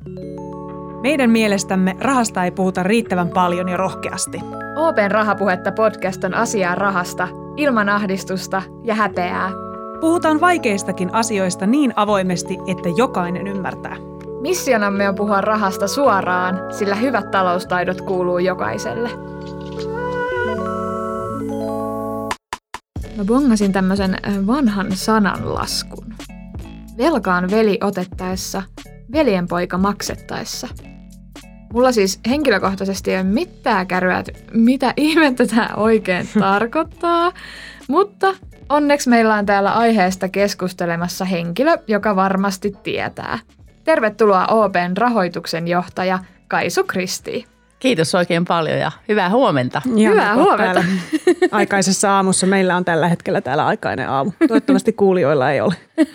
Meidän mielestämme rahasta ei puhuta riittävän paljon ja rohkeasti. OP:n Rahapuhetta podcast on asiaa rahasta, ilman ahdistusta ja häpeää. Puhutaan vaikeistakin asioista niin avoimesti, että jokainen ymmärtää. Missionamme on puhua rahasta suoraan, sillä hyvät taloustaidot kuuluu jokaiselle. Mä bongasin tämmöisen vanhan sananlaskun. Velkaan veli otettaessa, veljenpoika maksettaessa. Mulla siis henkilökohtaisesti ei ole mitään kärryä, että mitä ihmettä tämä oikein tarkoittaa, mutta onneksi meillä on täällä aiheesta keskustelemassa henkilö, joka varmasti tietää. Tervetuloa OP:n rahoituksen johtaja Kaisu Kristi. Kiitos oikein paljon ja hyvää huomenta. Hyvää huomenta. Aikaisessa aamussa meillä on tällä hetkellä täällä aikainen aamu. Toivottavasti kuulijoilla ei ole.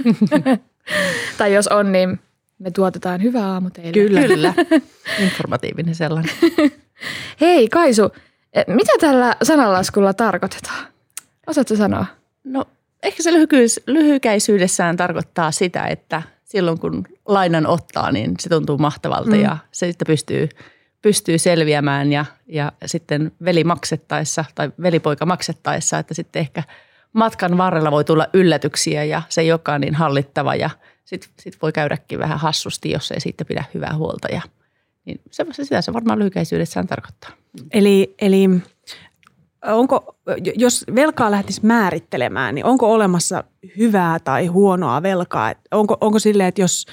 Tai jos on, niin me tuotetaan hyvää aamu teille. Kyllä. Informatiivinen sellainen. Hei Kaisu, mitä tällä sananlaskulla tarkoitetaan? Osaatko sanoa? No ehkä se lyhykäisyydessään tarkoittaa sitä, että silloin kun lainan ottaa, niin se tuntuu mahtavalta ja se sitten pystyy selviämään ja sitten veli maksettaessa tai velipoika maksettaessa, että sitten ehkä matkan varrella voi tulla yllätyksiä ja se ei olekaan niin hallittava ja sitten voi käydäkin vähän hassusti, jos ei siitä pidä hyvää huolta. Niin sitä se varmaan lyhykäisyydessään tarkoittaa. Eli onko, jos velkaa lähtisi määrittelemään, niin onko olemassa hyvää tai huonoa velkaa? Onko silleen, että jos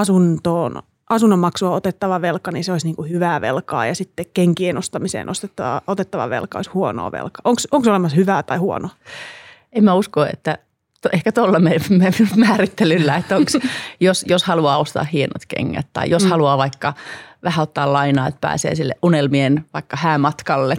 asunnon maksua otettava velka, niin se olisi niin kuin hyvää velkaa ja sitten kenkien ostamiseen otettava velka olisi huonoa velkaa? Onko olemassa hyvää tai huonoa? En mä usko, että ehkä tuolla me määrittelyllä, että jos haluaa ostaa hienot kengät tai jos haluaa vaikka vähän ottaa lainaa, että pääsee sille unelmien vaikka häämatkalle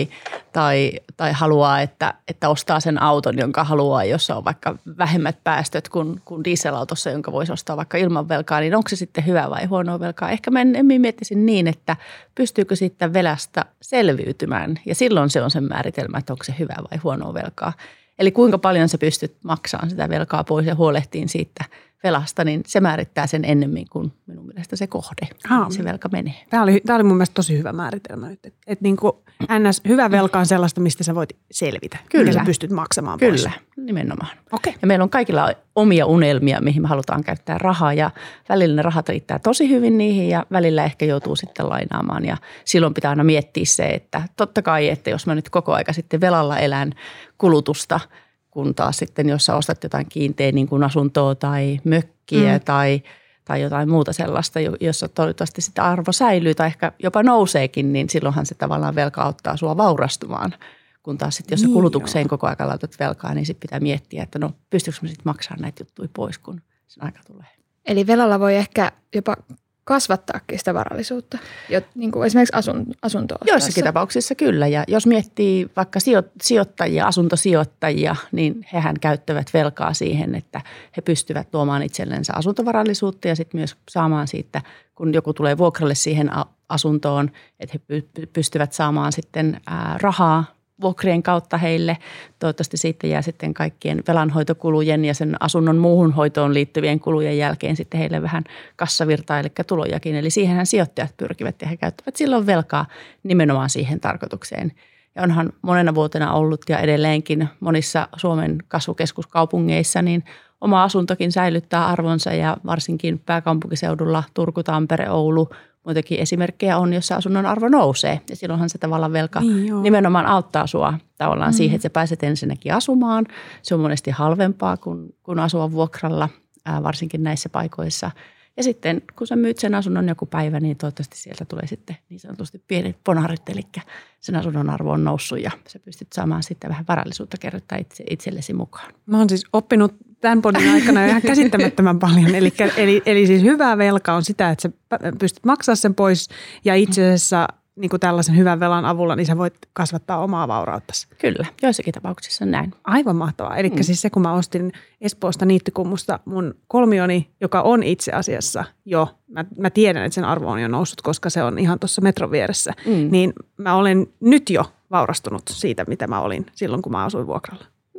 tai haluaa, että ostaa sen auton, jonka haluaa, jossa on vaikka vähemmät päästöt kuin dieselautossa, jonka voisi ostaa vaikka ilman velkaa, niin onko se sitten hyvä vai huonoa velkaa? Ehkä mä miettisin niin, että pystyykö sitten velasta selviytymään ja silloin se on sen määritelmä, että onko se hyvä vai huonoa velkaa. Eli kuinka paljon sä pystyt maksamaan sitä velkaa pois ja huolehtiin siitä velasta, niin se määrittää sen ennemmin kuin minun mielestä se kohde, se velka menee. Tämä oli mun mielestä tosi hyvä määritelmä nyt. Että niin kuin hyvä velka on sellaista, mistä sä voit selvitä. Kyllä. Sä pystyt maksamaan pois. Kyllä, nimenomaan. Okay. Ja meillä on kaikilla omia unelmia, mihin me halutaan käyttää rahaa ja välillä ne rahat riittää tosi hyvin niihin ja välillä ehkä joutuu sitten lainaamaan. Ja silloin pitää aina miettiä se, että totta kai, että jos mä nyt koko aika sitten velalla elän kulutusta, kun taas sitten, jos sä ostat jotain kiinteä niin kuin asuntoa tai mökkiä tai jotain muuta sellaista, jossa toivottavasti sitä arvo säilyy tai ehkä jopa nouseekin, niin silloinhan se tavallaan velka auttaa sua vaurastumaan. Kun taas sitten, jos sä kulutukseen koko ajan laitat velkaa, niin sitten pitää miettiä, että no pystyykö mä sitten maksamaan näitä juttuja pois, kun sen aika tulee. Eli velalla voi ehkä jopa kasvattaakin sitä varallisuutta, niin kuin esimerkiksi asuntoa. Joissakin tapauksissa kyllä. Ja jos miettii vaikka sijoittajia, asuntosijoittajia, niin hehän käyttävät velkaa siihen, että he pystyvät tuomaan itsellensä asuntovarallisuutta ja sitten myös saamaan siitä, kun joku tulee vuokralle siihen asuntoon, että he pystyvät saamaan sitten rahaa vuokrien kautta heille. Toivottavasti siitä jää sitten kaikkien velanhoitokulujen ja sen asunnon muuhun hoitoon liittyvien kulujen jälkeen sitten heille vähän kassavirtaa, eli tulojakin. Eli siihenhän sijoittajat pyrkivät ja he käyttävät silloin velkaa nimenomaan siihen tarkoitukseen. Ja onhan monena vuotena ollut ja edelleenkin monissa Suomen kasvukeskuskaupungeissa, niin oma asuntokin säilyttää arvonsa ja varsinkin pääkaupunkiseudulla Turku, Tampere, Oulu, muitakin esimerkkejä on, jossa asunnon arvo nousee ja silloinhan se tavallaan velka nimenomaan auttaa sua tavallaan siihen, että sä pääset ensinnäkin asumaan. Se on monesti halvempaa kuin asua vuokralla, varsinkin näissä paikoissa. Ja sitten kun sä myyt sen asunnon joku päivä, niin toivottavasti sieltä tulee sitten niin sanotusti pienet ponarit, eli sen asunnon arvo on noussut ja sä pystyt saamaan sitten vähän varallisuutta kerryttää itsellesi mukaan. Mä oon siis oppinut tämän podin aikana ihan käsittämättömän paljon. Eli siis hyvä velka on sitä, että sä pystyt maksamaan sen pois ja itse asiassa niin kuin tällaisen hyvän velan avulla, niin sä voit kasvattaa omaa vaurauttasi. Kyllä, joissakin tapauksissa näin. Aivan mahtavaa. Eli siis se, kun mä ostin Espoosta Niittykummusta mun kolmioni, joka on itse asiassa jo, mä tiedän, että sen arvo on jo noussut, koska se on ihan tuossa metron vieressä, niin mä olen nyt jo vaurastunut siitä, mitä mä olin silloin, kun mä asuin vuokralla.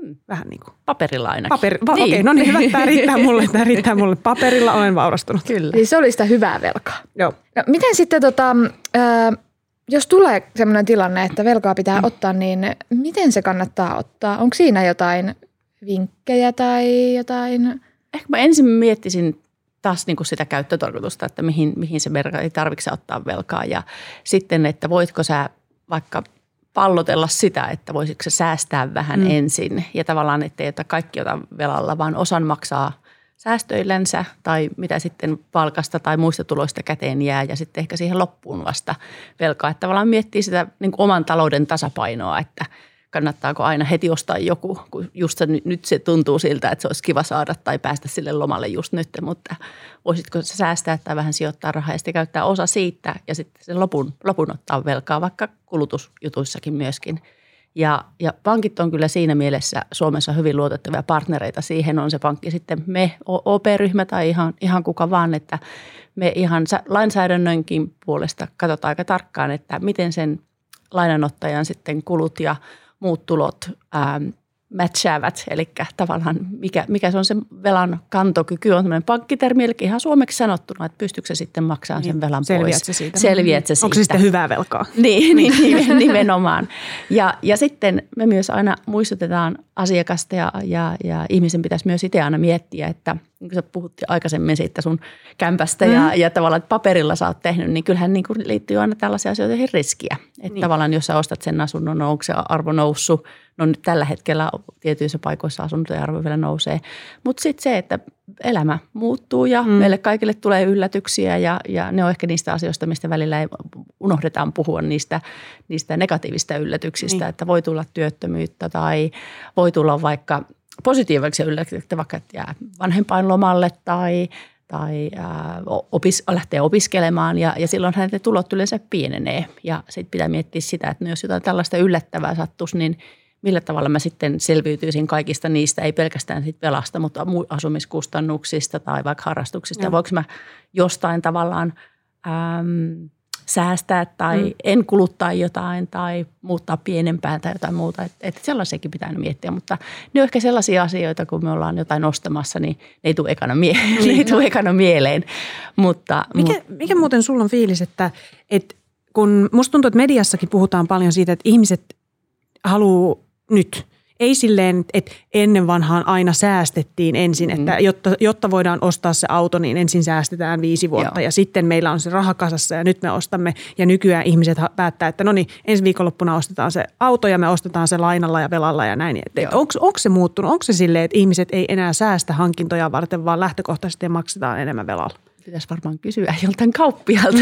Vähän niin kuin. Paperilla ainakin. Niin. Okei, no niin, hyvä. Tämä riittää mulle. Paperilla olen vaurastunut. Kyllä. Eli se oli sitä hyvää velkaa. Joo. No, miten sitten, jos tulee sellainen tilanne, että velkaa pitää ottaa, niin miten se kannattaa ottaa? Onko siinä jotain vinkkejä tai jotain? Ehkä mä ensin miettisin taas niin kuin sitä käyttötarkoitusta, että mihin se velka, ei tarvitse ottaa velkaa. Ja sitten, että voitko sä vaikka pallotella sitä, että voisitko sä säästää vähän ensin. Ja tavallaan, ettei kaikki ota velalla, vaan osan maksaa säästöillänsä tai mitä sitten palkasta tai muista tuloista käteen jää ja sitten ehkä siihen loppuun vasta velkaa. Että tavallaan miettii sitä niin kuin oman talouden tasapainoa, että kannattaako aina heti ostaa joku, kun just nyt se tuntuu siltä, että se olisi kiva saada tai päästä sille lomalle just nyt, mutta voisitko sä säästää tai vähän sijoittaa rahaa ja sitten käyttää osa siitä ja sitten sen lopun ottaa velkaa, vaikka kulutusjutuissakin myöskin. Ja pankit on kyllä siinä mielessä Suomessa hyvin luotettavia partnereita. Siihen on se pankki sitten me, OP-ryhmä tai ihan kuka vaan, että me ihan lainsäädännönkin puolesta katsotaan aika tarkkaan, että miten sen lainanottajan sitten kulut ja muut tulot matchaavat, eli tavallaan mikä se on se velan kantokyky, on tämmöinen pankkitermi, eli ihan suomeksi sanottuna, että pystyykö se sitten maksamaan sen velan pois. Selviät se siitä. Onko se sitten hyvää velkaa? Niin, nimenomaan. Ja sitten me myös aina muistutetaan asiakasta ja ihmisen pitäisi myös itse aina miettiä, että niin kuin sä puhuttiin aikaisemmin siitä sun kämpästä ja tavallaan, että paperilla sä oot tehnyt, niin kyllähän niin kuin liittyy aina tällaisia asioita riskiä. Että tavallaan jos sä ostat sen asunnon, onko se arvo noussut, no nyt tällä hetkellä tietyissä paikoissa asuntojen arvo vielä nousee. Mutta sitten se, että elämä muuttuu ja meille kaikille tulee yllätyksiä ja ne on ehkä niistä asioista, mistä välillä ei unohdetaan puhua niistä negatiivista yllätyksistä, että voi tulla työttömyyttä tai voi tulla vaikka positiivisia yllätyksiä, vaikka jää vanhempainlomalle tai lähtee opiskelemaan ja silloin hänen tulot yleensä pienenee. Ja sitten pitää miettiä sitä, että jos jotain tällaista yllättävää sattuisi, niin millä tavalla mä sitten selviytyisin kaikista niistä, ei pelkästään siitä velasta, mutta asumiskustannuksista tai vaikka harrastuksista. Ja voinko mä jostain tavallaan säästää tai en kuluttaa jotain tai muuttaa pienempään tai jotain muuta. Että sellaisiakin pitää miettiä, mutta ne on ehkä sellaisia asioita, kun me ollaan jotain ostamassa, niin ne ei tule ekana mieleen. Mikä muuten sulla on fiilis, että kun musta tuntuu, että mediassakin puhutaan paljon siitä, että ihmiset haluaa nyt. Ei silleen, että ennen vanhaan aina säästettiin ensin, että jotta voidaan ostaa se auto, niin ensin säästetään 5 vuotta ja sitten meillä on se raha kasassa ja nyt me ostamme. Ja nykyään ihmiset päättää, että no niin, ensi viikonloppuna ostetaan se auto ja me ostetaan se lainalla ja velalla ja näin. Onko se muuttunut? Onko se silleen, että ihmiset ei enää säästä hankintoja varten, vaan lähtökohtaisesti maksetaan enemmän velalla? Pitäisi varmaan kysyä joltain kauppialta,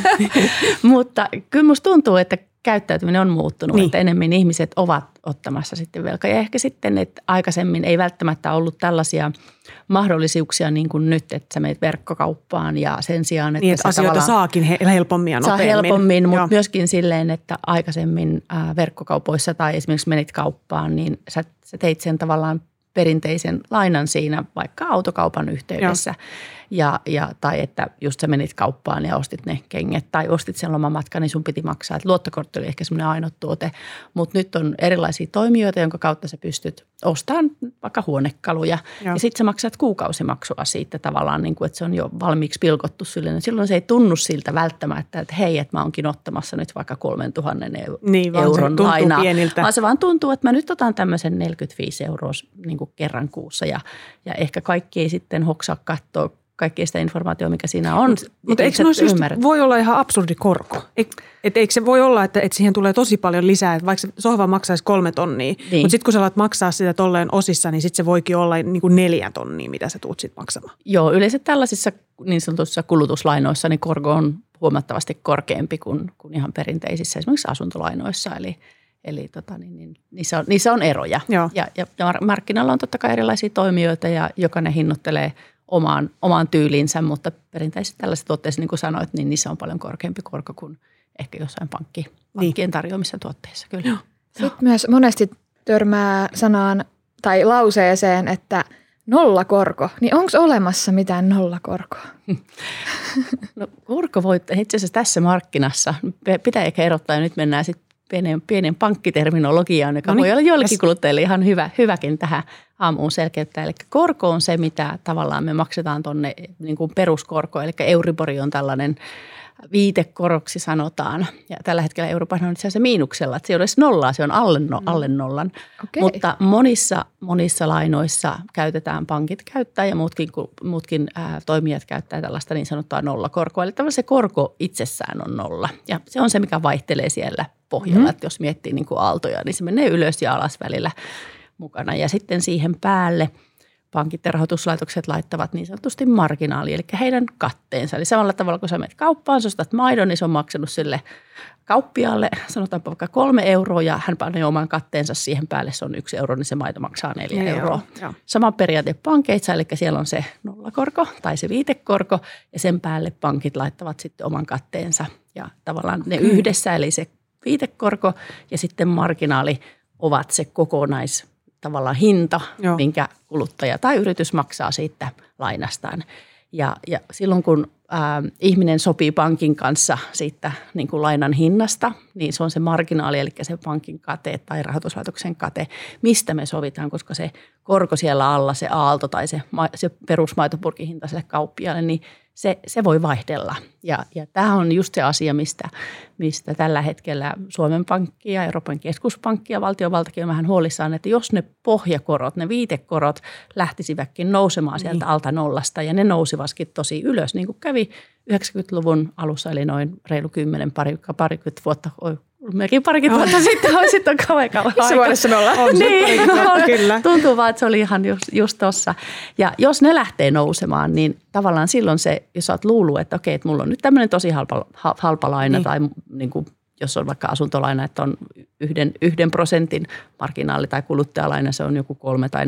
mutta kyllä musta tuntuu, että käyttäytyminen on muuttunut, että enemmän ihmiset ovat ottamassa sitten velkaa. Ja ehkä sitten, että aikaisemmin ei välttämättä ollut tällaisia mahdollisuuksia niin kuin nyt, että sä menet verkkokauppaan ja sen sijaan, että että asioita saakin helpommin ja nopeammin. Saa helpommin, mutta myöskin silleen, että aikaisemmin verkkokaupoissa tai esimerkiksi menit kauppaan, niin sä teit sen tavallaan perinteisen lainan siinä vaikka autokaupan yhteydessä. Tai että just sä menit kauppaan ja ostit ne kengät tai ostit sen lomamatkan, niin sun piti maksaa. Että luottokortti oli ehkä semmoinen ainoa tuote, mutta nyt on erilaisia toimijoita, jonka kautta sä pystyt ostamaan vaikka huonekaluja. Ja sitten sä maksat kuukausimaksua siitä tavallaan, niin kuin, että se on jo valmiiksi pilkottu sille. Silloin se ei tunnu siltä välttämättä, että hei, että mä oonkin ottamassa nyt vaikka 3 000 euron lainaa. Vaan se vaan tuntuu, että mä nyt otan tämmöisen 45 euroa niin kuin kerran kuussa ja ehkä kaikki ei sitten hoksaa katsoa kaikkea sitä informaatiota, mikä siinä on. Mutta eikö se voi olla ihan absurdi korko? Eikö se voi olla, että siihen tulee tosi paljon lisää, että vaikka se sohva maksaisi 3 tonnia, mutta sitten kun sä alat maksaa sitä tolleen osissa, niin sitten se voikin olla niin kuin 4 tonnia, mitä sä tuut sitten maksamaan. Joo, yleensä tällaisissa niin sanotussa kulutuslainoissa niin korko on huomattavasti korkeampi kuin ihan perinteisissä esimerkiksi asuntolainoissa, Eli niissä on eroja. Ja markkinalla on totta kai erilaisia toimijoita ja jokainen hinnoittelee omaan tyylinsä, mutta perinteisesti tällaiset tuotteissa, niin kuin sanoit, niin niissä on paljon korkeampi korko kuin ehkä jossain pankkien tarjoamissa tuotteissa. Kyllä. Joo. Sitten myös monesti törmää sanaan tai lauseeseen, että nollakorko. Niin onko olemassa mitään nollakorkoa? No korko voi itse asiassa tässä markkinassa, pitää ehkä erottaa ja nyt mennään sitten pienen pankkiterminologiaan, joka voi olla joillekin kuluttajille ihan hyväkin tähän aamuun selkeyttää. Eli korko on se, mitä tavallaan me maksetaan tuonne niin kuin peruskorko, eli Euribori on tällainen viitekoroksi sanotaan. Ja tällä hetkellä Euroopan on itse asiassa miinuksella, että se ei ole edes nollaa, se on alle nollan. Okay. Mutta monissa lainoissa pankit käyttää ja muutkin toimijat käyttää tällaista niin sanottua nollakorkoa. Eli tavallaan se korko itsessään on nolla. Ja se on se, mikä vaihtelee siellä pohjalla. Että jos miettii niin kuin aaltoja, niin se menee ylös ja alas välillä mukana. Ja sitten siihen päälle pankit ja rahoituslaitokset laittavat niin sanotusti marginaali, eli heidän katteensa. Eli samalla tavalla, kun sä menet kauppaan, sä ostat maidon, niin se on maksanut sille kauppiaalle, sanotaanpa vaikka 3 euroa, ja hän panee oman katteensa siihen päälle, se on 1 euro, niin se maito maksaa 4 euroa. Sama periaate pankeissa, eli siellä on se nollakorko tai se viitekorko, ja sen päälle pankit laittavat sitten oman katteensa. Ja tavallaan ne yhdessä, eli se viitekorko ja sitten marginaali ovat se tavallaan hinta, minkä kuluttaja tai yritys maksaa siitä lainastaan. Ja silloin kun ihminen sopii pankin kanssa siitä niin kuin lainan hinnasta, niin se on se marginaali, eli se pankin kate tai rahoituslaitoksen kate, mistä me sovitaan, koska se korko siellä alla, se aalto tai se perusmaitopurkin hinta sille kauppialle, niin se voi vaihdella. Ja tämä on just se asia, mistä tällä hetkellä Suomen Pankki ja Euroopan keskuspankki ja valtiovaltakin on vähän huolissaan, että jos ne pohjakorot, ne viitekorot lähtisivätkin nousemaan sieltä alta nollasta ja ne nousivaskin tosi ylös, niin kuin kävi 90-luvun alussa, eli noin reilu parikymmentä vuotta, mekin parikymmentä vuotta sitten on sitten kauan missä vuodessa me ollaan? Niin, kyllä. Tuntuu vaan, että se oli ihan just tossa. Ja jos ne lähtee nousemaan, niin tavallaan silloin se, jos olet luullut, että okei, että mulla on nyt tämmöinen tosi halpa laina tai niin kuin, jos on vaikka asuntolaina, että on 1% marginaali tai kuluttajalaina, se on joku 3 tai 4%,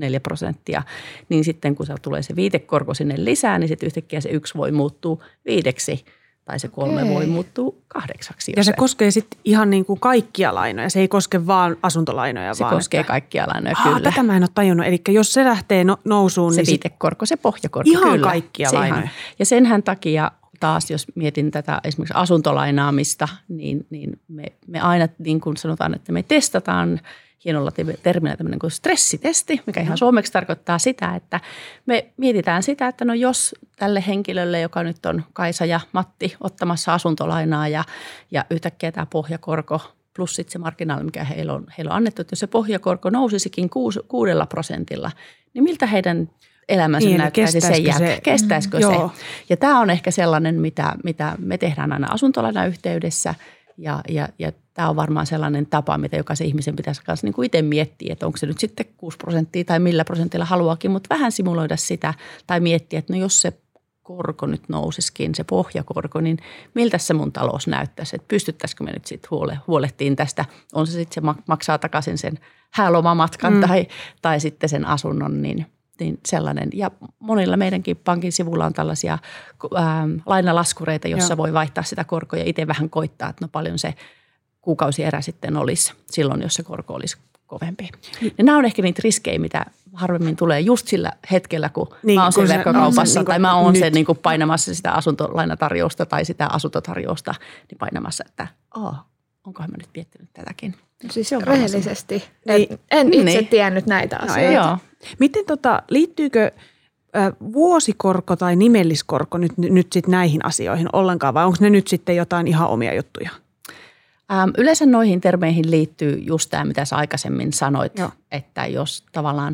niin sitten kun se tulee se viitekorko sinne lisää, niin sitten yhtäkkiä se 1 voi muuttua 5 tai se 3 voi muuttua 8. Ja se koskee sitten ihan niin kuin kaikkia lainoja, se ei koske vaan asuntolainoja. Se koskee kaikkia lainoja, kyllä. Tätä mä en ole tajunnut, eli jos se lähtee nousuun, se niin viitekorko, se pohjakorko, ihan kyllä. kaikkia lainoja. Ja senhän takia taas, jos mietin tätä esimerkiksi asuntolainaamista, niin me aina niin kuin sanotaan, että me testataan hienolla termillä tämmöinen kuin stressitesti, mikä ihan suomeksi tarkoittaa sitä, että me mietitään sitä, että no jos tälle henkilölle, joka nyt on Kaisa ja Matti ottamassa asuntolainaa ja yhtäkkiä tämä pohjakorko plus sitten se marginaali, mikä heillä on annettu, että jos se pohjakorko nousisikin 6%, niin miltä heidän elämänsä niin, näyttäisi sen jälkeen? Kestäisikö se? Ja tämä on ehkä sellainen, mitä me tehdään aina asuntolainan yhteydessä. Ja tämä on varmaan sellainen tapa, mitä jokaisen ihmisen pitäisi myös niin kuin itse miettiä, että onko se nyt sitten 6% tai millä prosentilla haluakin, mutta vähän simuloida sitä tai miettiä, että no jos se korko nyt nousisikin, se pohjakorko, niin miltä se mun talous näyttäisi, että pystyttäisikö me nyt sitten huolehtiin tästä, on se sitten se maksaa takaisin sen häälomamatkan tai sitten sen asunnon, niin sellainen. Ja monilla meidänkin pankin sivulla on tällaisia lainalaskureita, jossa voi vaihtaa sitä korkoa ja itse vähän koittaa, että no paljon se kuukausierä sitten olisi silloin, jos se korko olisi kovempi. Ja nämä on ehkä niitä riskejä, mitä harvemmin tulee just sillä hetkellä, kun mä oon sen verkkokaupassa tai mä oon sen niin kuin painamassa sitä asuntolainatarjousta tai sitä asuntotarjousta, niin painamassa, että onkohan mä nyt miettinyt tätäkin. Siis rehellisesti. En itse tiennyt näitä asioita. Joo. Miten liittyykö vuosikorko tai nimelliskorko nyt sitten näihin asioihin ollenkaan vai onko ne nyt sitten jotain ihan omia juttuja? Yleensä noihin termeihin liittyy just tämä, mitä sä aikaisemmin sanoit, että jos tavallaan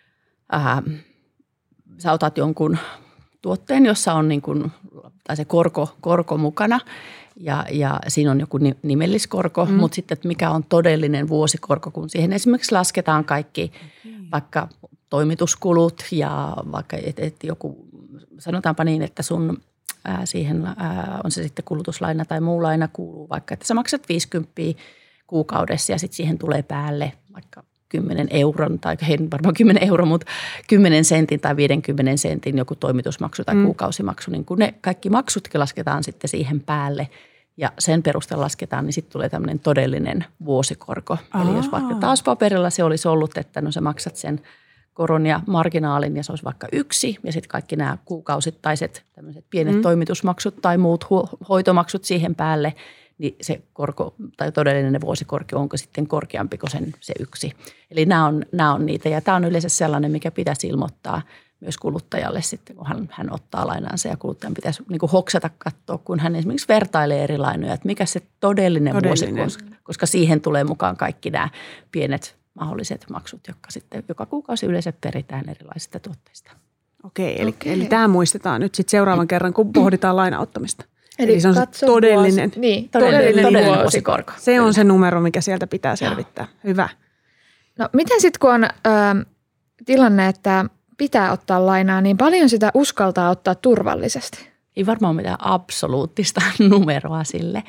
sä otat jonkun tuotteen, jossa on niin kuin, tai se korko mukana ja siinä on joku nimelliskorko, mutta sitten että mikä on todellinen vuosikorko, kun siihen esimerkiksi lasketaan kaikki vaikka toimituskulut ja vaikka et joku, sanotaanpa niin, että sun siihen on se sitten kulutuslaina tai muu laina kuuluu vaikka, että sä maksat 50 kuukaudessa ja sitten siihen tulee päälle vaikka 10 euron tai ei varmaan 10 euro, mutta 10 sentin tai 50 sentin joku toimitusmaksu tai kuukausimaksu, niin kun ne kaikki maksutkin lasketaan sitten siihen päälle ja sen perusteella lasketaan, niin sitten tulee tämmöinen todellinen vuosikorko. Eli jos vaikka taas paperilla se olisi ollut, että no sä maksat sen koron ja marginaalin ja se olisi vaikka 1 ja sitten kaikki nämä kuukausittaiset tämmöiset pienet toimitusmaksut tai muut hoitomaksut siihen päälle, niin se korko tai todellinen vuosikorko onko sitten korkeampi kuin se 1. Eli nämä on niitä ja tämä on yleensä sellainen, mikä pitäisi ilmoittaa myös kuluttajalle sitten, kun hän ottaa lainansa ja kuluttajan pitäisi niin kuin hoksata katsoa, kun hän esimerkiksi vertailee eri lainoja, että mikä se todellinen vuosikorko, koska siihen tulee mukaan kaikki nämä pienet mahdolliset maksut, jotka sitten joka kuukausi yleensä peritään erilaisista tuotteista. Okei. Eli tämä muistetaan nyt sitten seuraavan kerran, kun pohditaan lainauttamista. Eli se on se todellinen, todellinen vuosikorko. Se on se numero, mikä sieltä pitää selvittää. Hyvä. No miten sitten, kun on tilanne, että pitää ottaa lainaa, niin paljon sitä uskaltaa ottaa turvallisesti? Ei varmaan mitään absoluuttista numeroa sille.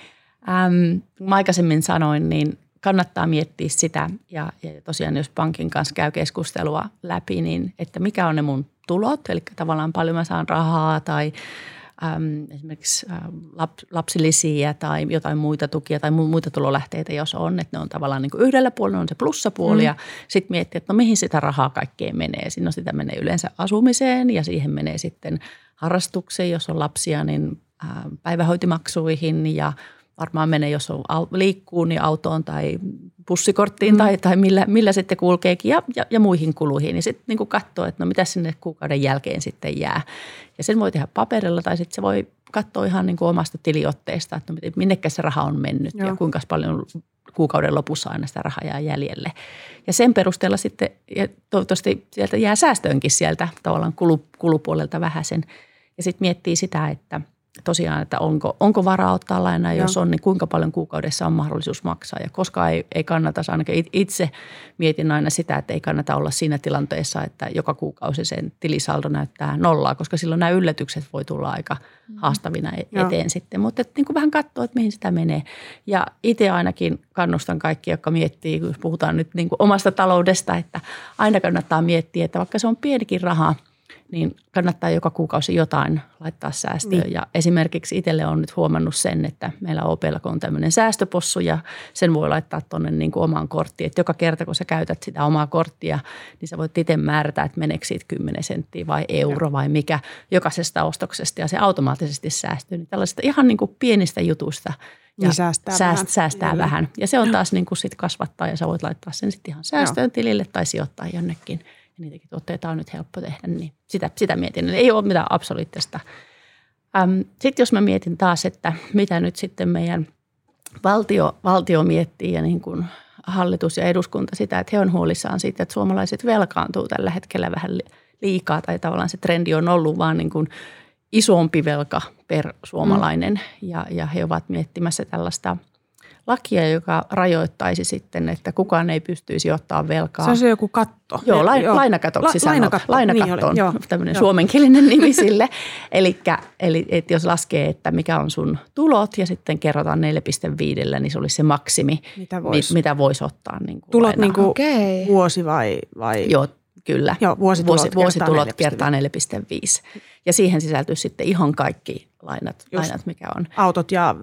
Mä aikaisemmin sanoin, niin kannattaa miettiä sitä ja tosiaan jos pankin kanssa käy keskustelua läpi, niin että mikä on ne mun tulot, eli tavallaan paljon mä saan rahaa tai esimerkiksi lapsilisiä tai jotain muita tukia tai muita tulolähteitä, jos on, että ne on tavallaan niin kuin yhdellä puolella on se plussapuoli ja sitten miettiä, että no mihin sitä rahaa kaikkeen menee. No sitä menee yleensä asumiseen ja siihen menee sitten harrastukseen, jos on lapsia, niin päivähoitomaksuihin ja varmaan menee, jos on liikkuu, niin autoon tai bussikorttiin tai millä sitten kulkeekin ja muihin kuluihin. Ja sitten niin katsoo, että no mitä sinne kuukauden jälkeen sitten jää. Ja sen voi tehdä paperilla tai sitten se voi katsoa ihan niin kuin omasta tiliotteesta, että no minnekä se raha on mennyt ja kuinka paljon kuukauden lopussa aina sitä rahaa jää jäljelle. Ja sen perusteella sitten, ja toivottavasti sieltä jää säästöönkin sieltä tavallaan kulupuolelta vähäsen. Ja sitten miettii sitä, että tosiaan, että onko varaa ottaa lainaa, jos on, niin kuinka paljon kuukaudessa on mahdollisuus maksaa. Ja koska ei kannata, ainakin itse mietin aina sitä, että ei kannata olla siinä tilanteessa, että joka kuukausi sen tilisaldo näyttää nollaa, koska silloin nämä yllätykset voi tulla aika haastavina eteen sitten. Mutta niin kuin vähän katsoa, että mihin sitä menee. Ja itse ainakin kannustan kaikkia, jotka miettii, kun puhutaan nyt niin kuin omasta taloudesta, että aina kannattaa miettiä, että vaikka se on pienikin raha, niin kannattaa joka kuukausi jotain laittaa säästöön. Niin. Ja esimerkiksi itselle on nyt huomannut sen, että meillä OP:lla on tämmöinen säästöpossu ja sen voi laittaa tuonne niin kuin omaan korttiin. Että joka kerta, kun sä käytät sitä omaa korttia, niin sä voit itse määrätä, että meneekö siitä 10 senttiä vai euro vai mikä jokaisesta ostoksesta ja se automaattisesti säästyy. Niin tällaisista ihan niin kuin pienistä jutuista ja niin säästää vähän. Ja se on taas niin kuin sit kasvattaa ja sä voit laittaa sen sitten ihan säästöön tilille tai sijoittaa jonnekin. Ja niitäkin tuotteita on nyt helppo tehdä, niin sitä mietin. Eli ei ole mitään absoluuttista. Sitten jos mä mietin taas, että mitä nyt sitten meidän valtio miettii ja niin kuin hallitus ja eduskunta sitä, että he on huolissaan siitä, että suomalaiset velkaantuu tällä hetkellä vähän liikaa tai tavallaan se trendi on ollut vaan niin kuin isompi velka per suomalainen ja he ovat miettimässä tällaista lakia, joka rajoittaisi sitten, että kukaan ei pystyisi ottaa velkaa. Se on se joku katto. Joo, lainakatoksi lainakatto. Lainakatto on tämmöinen suomenkielinen nimi sille. Eli että jos laskee, että mikä on sun tulot ja sitten kerrotaan 4,5, niin se olisi se maksimi, mitä voisi ottaa. Niin kuin tulot niin kuin vuosi vai? Joo, kyllä. Joo, vuositulot kertaa 4,5. Ja siihen sisältyy sitten ihan kaikki lainat mikä on. Autot ja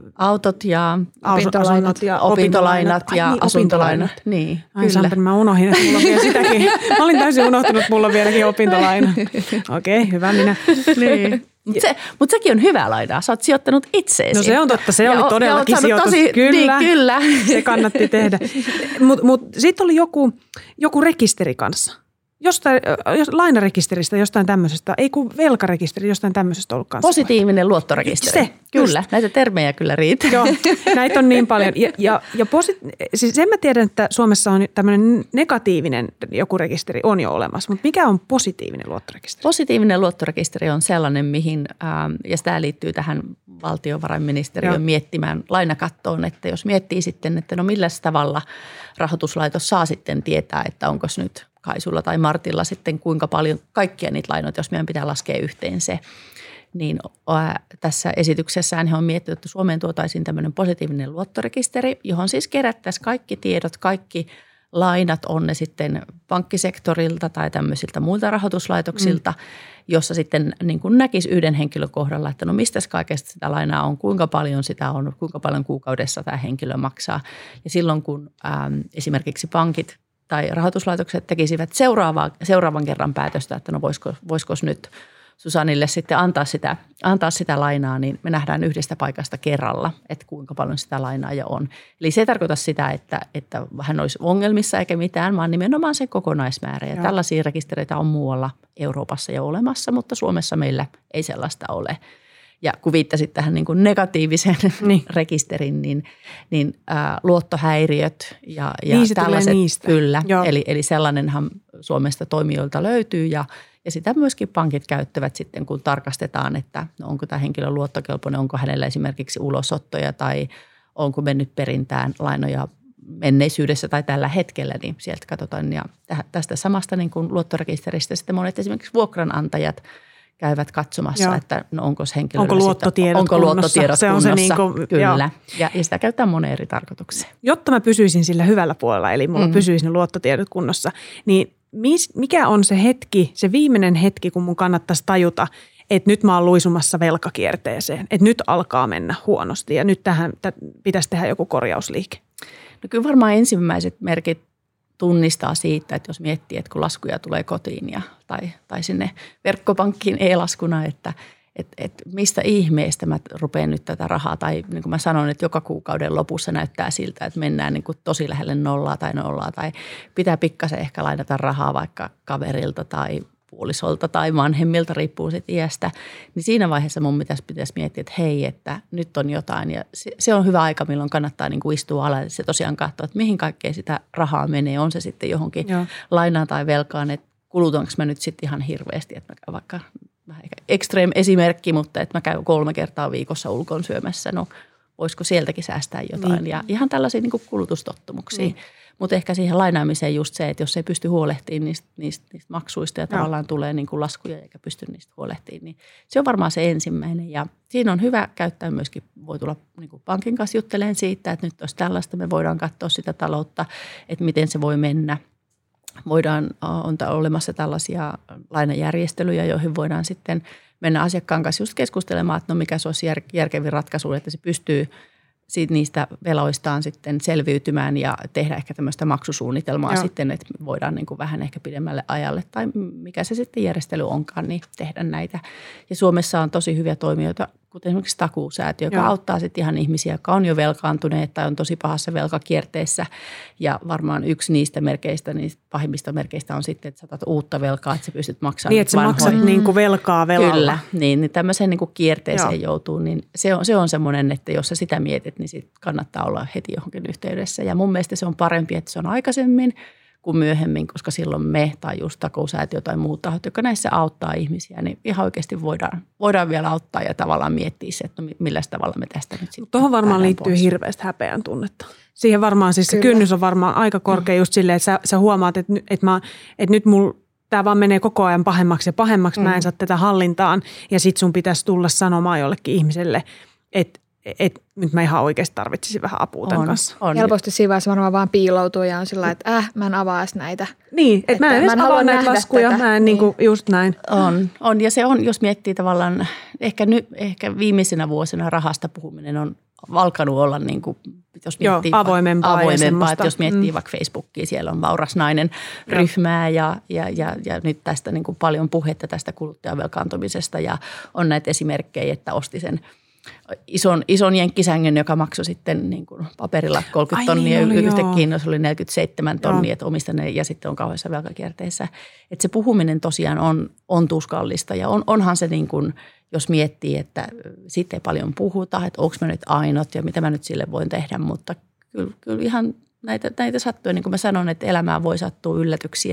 opintolainat ja asuntolainat. Niin, ai Sampo, mä unohdin, että mulla on vielä sitäkin. Mä olin täysin unohtunut, että mulla on vieläkin opintolaina. Okei, hyvä minä. Niin. Mutta sekin on hyvä lainaa. Sä oot sijoittanut itseesi. No se on totta, se oli todellakin sijoitus. Kyllä. Se kannatti tehdä. Mutta sitten oli joku rekisteri kanssa. Lainarekisteristä jostain tämmöisestä, ei kun velkarekisteri jostain tämmöisestä ollut kanssa. Positiivinen luottorekisteri. Se, kyllä. Just. Näitä termejä kyllä riittää. Joo, näitä on niin paljon. Siis sen mä tiedän, että Suomessa on tämmöinen negatiivinen joku rekisteri on jo olemassa, mutta mikä on positiivinen luottorekisteri? Positiivinen luottorekisteri on sellainen, mihin, ja tämä liittyy tähän valtiovarainministeriön miettimään lainakattoon, että jos miettii sitten, että no millä tavalla rahoituslaitos saa sitten tietää, että onko nyt Kaisulla tai Martilla sitten kuinka paljon kaikkia niitä lainoita, jos meidän pitää laskea yhteen se. Niin tässä esityksessään he on miettinyt, että Suomeen tuotaisiin tämmöinen positiivinen luottorekisteri, johon siis kerättäisiin kaikki tiedot, kaikki lainat, on ne sitten pankkisektorilta tai tämmöisiltä muilta rahoituslaitoksilta, jossa sitten niin kuin näkisi yhden henkilön kohdalla, että no mistä kaikesta sitä lainaa on, kuinka paljon sitä on, kuinka paljon kuukaudessa tämä henkilö maksaa. Ja silloin kun esimerkiksi pankit tai rahoituslaitokset tekisivät seuraavan kerran päätöstä, että no voisiko nyt Susanille sitten antaa sitä lainaa, niin me nähdään yhdestä paikasta kerralla, että kuinka paljon sitä lainaa jo on. Eli se ei tarkoita sitä, että hän olisi ongelmissa eikä mitään, vaan nimenomaan se kokonaismäärä. Ja tällaisia rekistereitä on muualla Euroopassa jo olemassa, mutta Suomessa meillä ei sellaista ole. Ja kun viittasit tähän niin kuin negatiivisen rekisterin, niin luottohäiriöt ja tällaiset. Niistä. Kyllä, eli sellainenhan Suomesta toimijoilta löytyy ja sitä myöskin pankit käyttävät sitten, kun tarkastetaan, että onko tämä henkilö luottokelpoinen, onko hänellä esimerkiksi ulosottoja tai onko mennyt perintään lainoja menneisyydessä tai tällä hetkellä, niin sieltä katsotaan. Ja tästä samasta niin kuin luottorekisteristä sitten monet esimerkiksi vuokranantajat käyvät katsomassa, että onko luottotiedot kunnossa. Se on se niin kuin, kyllä. Ja sitä käytetään moneen eri tarkoitukseen. Jotta mä pysyisin sillä hyvällä puolella, eli mulla pysyisi ne luottotiedot kunnossa, niin mikä on se hetki, se viimeinen hetki, kun mun kannattaisi tajuta, että nyt mä oon luisumassa velkakierteeseen, että nyt alkaa mennä huonosti ja nyt tähän pitäisi tehdä joku korjausliike? No kyllä varmaan ensimmäiset merkit tunnistaa siitä, että jos miettii, että kun laskuja tulee kotiin tai sinne verkkopankkiin e-laskuna, että mistä ihmeestä mä rupean nyt tätä rahaa. Tai niin kuin mä sanon, että joka kuukauden lopussa näyttää siltä, että mennään niin kuin tosi lähelle nollaa tai pitää pikkasen ehkä lainata rahaa vaikka kaverilta tai puolisolta tai vanhemmilta, riippuu sitten iästä. Niin siinä vaiheessa mun pitäisi miettiä, että hei, että nyt on jotain. Ja se on hyvä aika, milloin kannattaa niin kuin istua alas ja se tosiaan katsoa, että mihin kaikkea sitä rahaa menee. On se sitten johonkin lainaan tai velkaan, että kulutanko mä nyt sitten ihan hirveästi, että mä vaikka vähän extreme esimerkki, mutta että mä käyn 3 kertaa viikossa ulkon syömässä. No voisiko sieltäkin säästää jotain ja ihan tällaisia niin kuin kulutustottumuksia. Mutta ehkä siihen lainaamiseen just se, että jos ei pysty huolehtimaan niistä maksuista ja tavallaan tulee niin kuin laskuja eikä pysty niistä huolehtimaan, niin se on varmaan se ensimmäinen. Ja siinä on hyvä käyttää myöskin, voi tulla niin kuin pankin kanssa juttelemaan siitä, että nyt olisi tällaista, me voidaan katsoa sitä taloutta, että miten se voi mennä. On olemassa tällaisia lainajärjestelyjä, joihin voidaan sitten mennä asiakkaan kanssa just keskustelemaan, että no mikä se olisi järkevin ratkaisu, että se pystyy niistä veloistaan sitten selviytymään ja tehdä ehkä tämmöistä maksusuunnitelmaa sitten, että voidaan niin kuin vähän ehkä pidemmälle ajalle tai mikä se sitten järjestely onkaan, niin tehdä näitä. Ja Suomessa on tosi hyviä toimijoita, kuten esimerkiksi Takuusäätiö, joka auttaa sitten ihan ihmisiä, jotka on jo velkaantuneet tai on tosi pahassa velkakierteessä. Ja varmaan yksi niistä merkeistä, niistä pahimmista merkeistä on sitten, että saatat uutta velkaa, että sä pystyt maksamaan. Niin, että sä maksat niin kuin velkaa velalla. Kyllä, niin tämmöiseen niin kuin kierteeseen joutuu, niin se on semmoinen, että jos sä sitä mietit, niin sit kannattaa olla heti johonkin yhteydessä. Ja mun mielestä se on parempi, että se on aikaisemmin kuin myöhemmin, koska silloin me tai just Takuusäätiö tai muut tahot, jotka näissä auttaa ihmisiä, niin ihan oikeasti voidaan vielä auttaa ja tavallaan miettiä se, että millä tavalla me tästä nyt sitten. Tuohon varmaan liittyy hirveästi häpeän tunnetta. Siihen varmaan siis se kynnys on varmaan aika korkea just silleen, että sä huomaat, että nyt mulla tämä vaan menee koko ajan pahemmaksi ja pahemmaksi, mä en saa tätä hallintaan ja sit sun pitäisi tulla sanomaan jollekin ihmiselle, että nyt mä ihan oikeasti tarvitsisin vähän apua tämän kanssa. Helposti siinä vaiheessa varmaan vaan piiloutuu ja on sillä että mä en avaa edes näitä. Niin, että mä en edes avaa näitä laskuja, mä en niin. Just näin. On ja se on, jos miettii tavallaan, ehkä viimeisenä vuosina rahasta puhuminen on alkanut olla niin kuin, jos miettii avoimempaa että jos miettii vaikka Facebookia, siellä on Vauras nainen ryhmää ja nyt tästä niin kuin paljon puhetta tästä kuluttajavelkaantumisesta ja on näitä esimerkkejä, että osti sen ison jenkkisängen, joka maksoi sitten niin kuin paperilla 30 tonnia, yhtäkkiä se oli 47 tonnia, että omista ne ja sitten on kauheassa velkakierteessä. Että se puhuminen tosiaan on tuskallista ja onhan se niin kuin, jos miettii, että siitä ei paljon puhuta, että onko mä nyt ainut ja mitä mä nyt sille voin tehdä, mutta kyllä ihan näitä sattuu. Niin kuin mä sanon, että elämään voi sattua yllätyksiä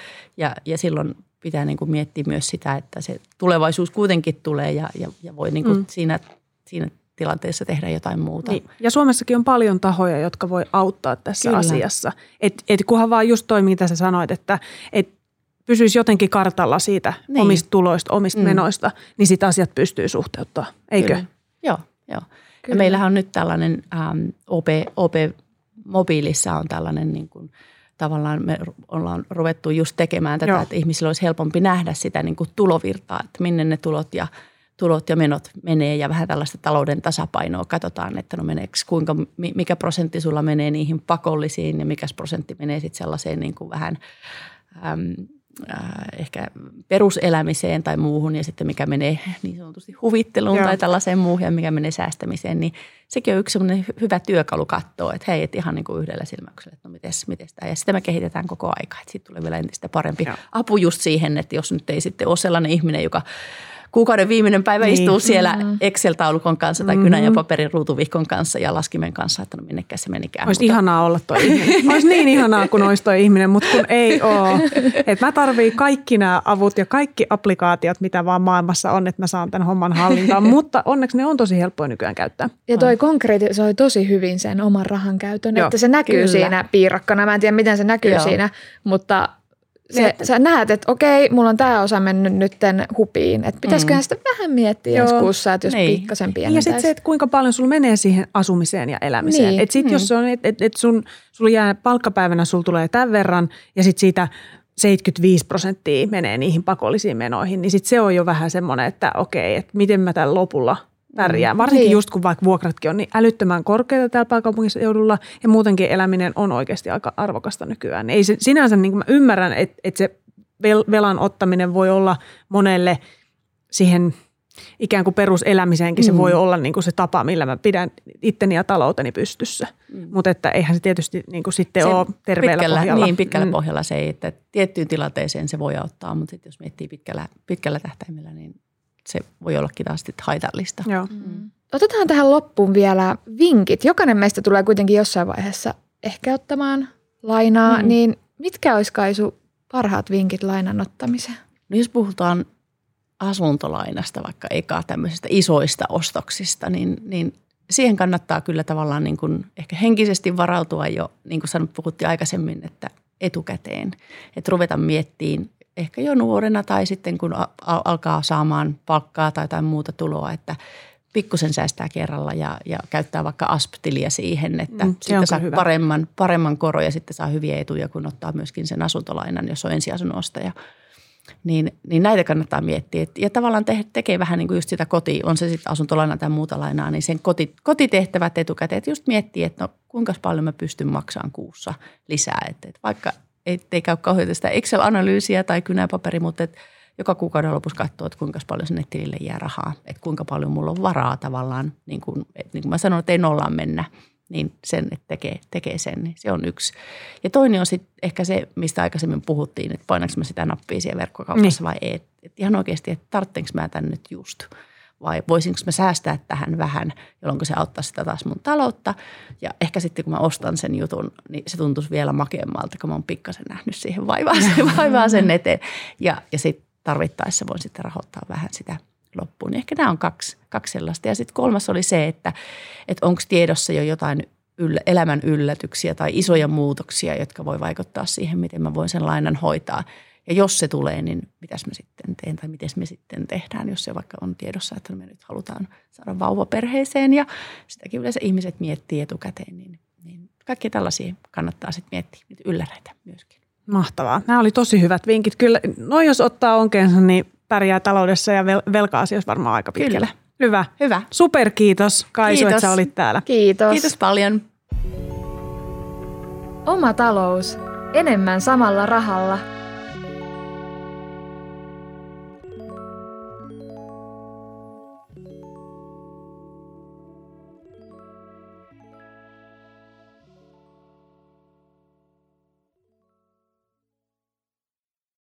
ja silloin pitää niin kuin miettiä myös sitä, että se tulevaisuus kuitenkin tulee ja voi niin kuin siinä tilanteessa tehdä jotain muuta. Niin. Ja Suomessakin on paljon tahoja, jotka voi auttaa tässä asiassa. Et kunhan vaan just toi, mitä sä sanoit, että pysyisi jotenkin kartalla siitä omista tuloista, omista menoista, niin sit asiat pystyy suhteuttamaan, eikö? Kyllä. Joo. Ja meillähän on nyt tällainen OP Mobiilissa on tällainen niin kuin, tavallaan me ollaan ruvettu just tekemään tätä, että ihmisillä olisi helpompi nähdä sitä niin kuin tulovirtaa, että minne ne tulot ja menot menee ja vähän tällaista talouden tasapainoa katsotaan, että no meneekö mikä prosentti sulla menee niihin pakollisiin ja mikä prosentti menee sitten sellaiseen niin kuin vähän ehkä peruselämiseen tai muuhun ja sitten mikä menee niin sanotusti huvitteluun tai tällaiseen muuhun ja mikä menee säästämiseen, niin sekin on yksi semmoinen hyvä työkalu katsoa, että hei, että ihan niin kuin yhdellä silmäyksellä, että no mites tämä. Ja sitä me kehitetään koko aika, että siitä tulee vielä entistä parempi apu just siihen, että jos nyt ei sitten ole sellainen ihminen, joka kuukauden viimeinen päivä istuu siellä Excel-taulukon kanssa tai kynän ja paperin ruutuvihkon kanssa ja laskimen kanssa, että no minnekäs se menikään. Olisi ihanaa olla toi ihminen. Olisi niin ihanaa, kun olisi toi ihminen, mutta kun ei ole. Että mä tarviin kaikki nämä avut ja kaikki applikaatiot, mitä vaan maailmassa on, että mä saan tämän homman hallintaan. Mutta onneksi ne on tosi helppoa nykyään käyttää. Ja toi konkretisoi tosi hyvin sen oman rahan käytön, että se näkyy siinä piirakkana. Mä en tiedä, miten se näkyy siinä, mutta sä näet, että okei, mulla on tämä osa mennyt nytten hupiin. Että pitäisiköhän sitä vähän miettiä ensi kuussa, että jos pikkasen pienentäisi. Ja sitten se, että kuinka paljon sulla menee siihen asumiseen ja elämiseen. Niin. Että sitten jos se on, että sulla jää palkkapäivänä, sulla tulee tämän verran ja sitten siitä 75% menee niihin pakollisiin menoihin, niin sitten se on jo vähän semmoinen, että okei, että miten mä tämän lopulla pärjää. Varsinkin just kun vaikka vuokratkin on niin älyttömän korkeita täällä pääkaupunkiseudulla ja muutenkin eläminen on oikeasti aika arvokasta nykyään. Ei se, sinänsä niin kuin mä ymmärrän, että se velan ottaminen voi olla monelle siihen ikään kuin peruselämiseenkin se voi olla niin kuin se tapa, millä mä pidän itteni ja talouteni pystyssä. Mutta että eihän se tietysti niin kuin sitten se ole terveellä pohjalla. Niin, pitkällä pohjalla se ei, että tiettyyn tilanteeseen se voi auttaa, mutta sitten jos miettii pitkällä tähtäimellä, niin se voi ollakin taas haitallista. Joo. Otetaan tähän loppuun vielä vinkit. Jokainen meistä tulee kuitenkin jossain vaiheessa ehkä ottamaan lainaa, niin mitkä olisi Kaisu parhaat vinkit lainan ottamiseen? No jos puhutaan asuntolainasta, vaikka eka tämmöisistä isoista ostoksista, niin siihen kannattaa kyllä tavallaan niin kuin ehkä henkisesti varautua jo, niin kuin puhuttiin aikaisemmin, että etukäteen. Että ruveta miettimään ehkä jo nuorena tai sitten kun alkaa saamaan palkkaa tai jotain muuta tuloa, että pikkusen säästää kerralla ja käyttää vaikka ASP-tiliä siihen, että sitten saa paremman koron ja sitten saa hyviä etuja, kun ottaa myöskin sen asuntolainan, jos on ensiasunnon ostaja. Niin näitä kannattaa miettiä. Ja tavallaan tekee vähän niin kuin just sitä on se sitten asuntolaina tai muuta lainaa, niin sen kotitehtävät etukäteen, että just miettii, että no kuinka paljon mä pystyn maksamaan kuussa lisää. Että vaikka ei käy kauheasti sitä Excel-analyysiä tai kynäpaperi, mutta että joka kuukauden lopussa katsoo, että kuinka paljon sinne tilille jää rahaa. Että kuinka paljon mulla on varaa tavallaan, niin kuin mä sanon, että ei nollaan mennä, niin sen, että tekee sen, niin se on yksi. Ja toinen on sitten ehkä se, mistä aikaisemmin puhuttiin, että painanko mä sitä nappia siellä verkkokaupassa vai ei. Että ihan oikeasti, että tarvitsenko mä tän nyt just. Vai voisinko mä säästää tähän vähän, jolloin se auttaa sitä taas mun taloutta. Ja ehkä sitten kun mä ostan sen jutun, niin se tuntuisi vielä makeammalta, kun mä oon pikkasen nähnyt siihen vaivaa sen eteen. Ja sitten tarvittaessa voin sitten rahoittaa vähän sitä loppuun. Niin ehkä nämä on kaksi sellaista. Ja sitten kolmas oli se, että onko tiedossa jo jotain elämän yllätyksiä tai isoja muutoksia, jotka voi vaikuttaa siihen, miten mä voin sen lainan hoitaa. Ja jos se tulee, niin mitäs mä sitten teen tai miten me sitten tehdään, jos se vaikka on tiedossa, että me nyt halutaan saada vauva perheeseen ja sitäkin yleensä ihmiset miettii etukäteen, niin kaikki tällaisia kannattaa sitten miettiä, niitä ylläreitä myöskin. Mahtavaa. Nämä oli tosi hyvät vinkit. Kyllä, jos ottaa onkeensa, niin pärjää taloudessa ja velka-asioissa varmaan aika pitkälle. Hyvä. Super kiitos Kaisu, että sä olit täällä. Kiitos paljon. Oma talous. Enemmän samalla rahalla.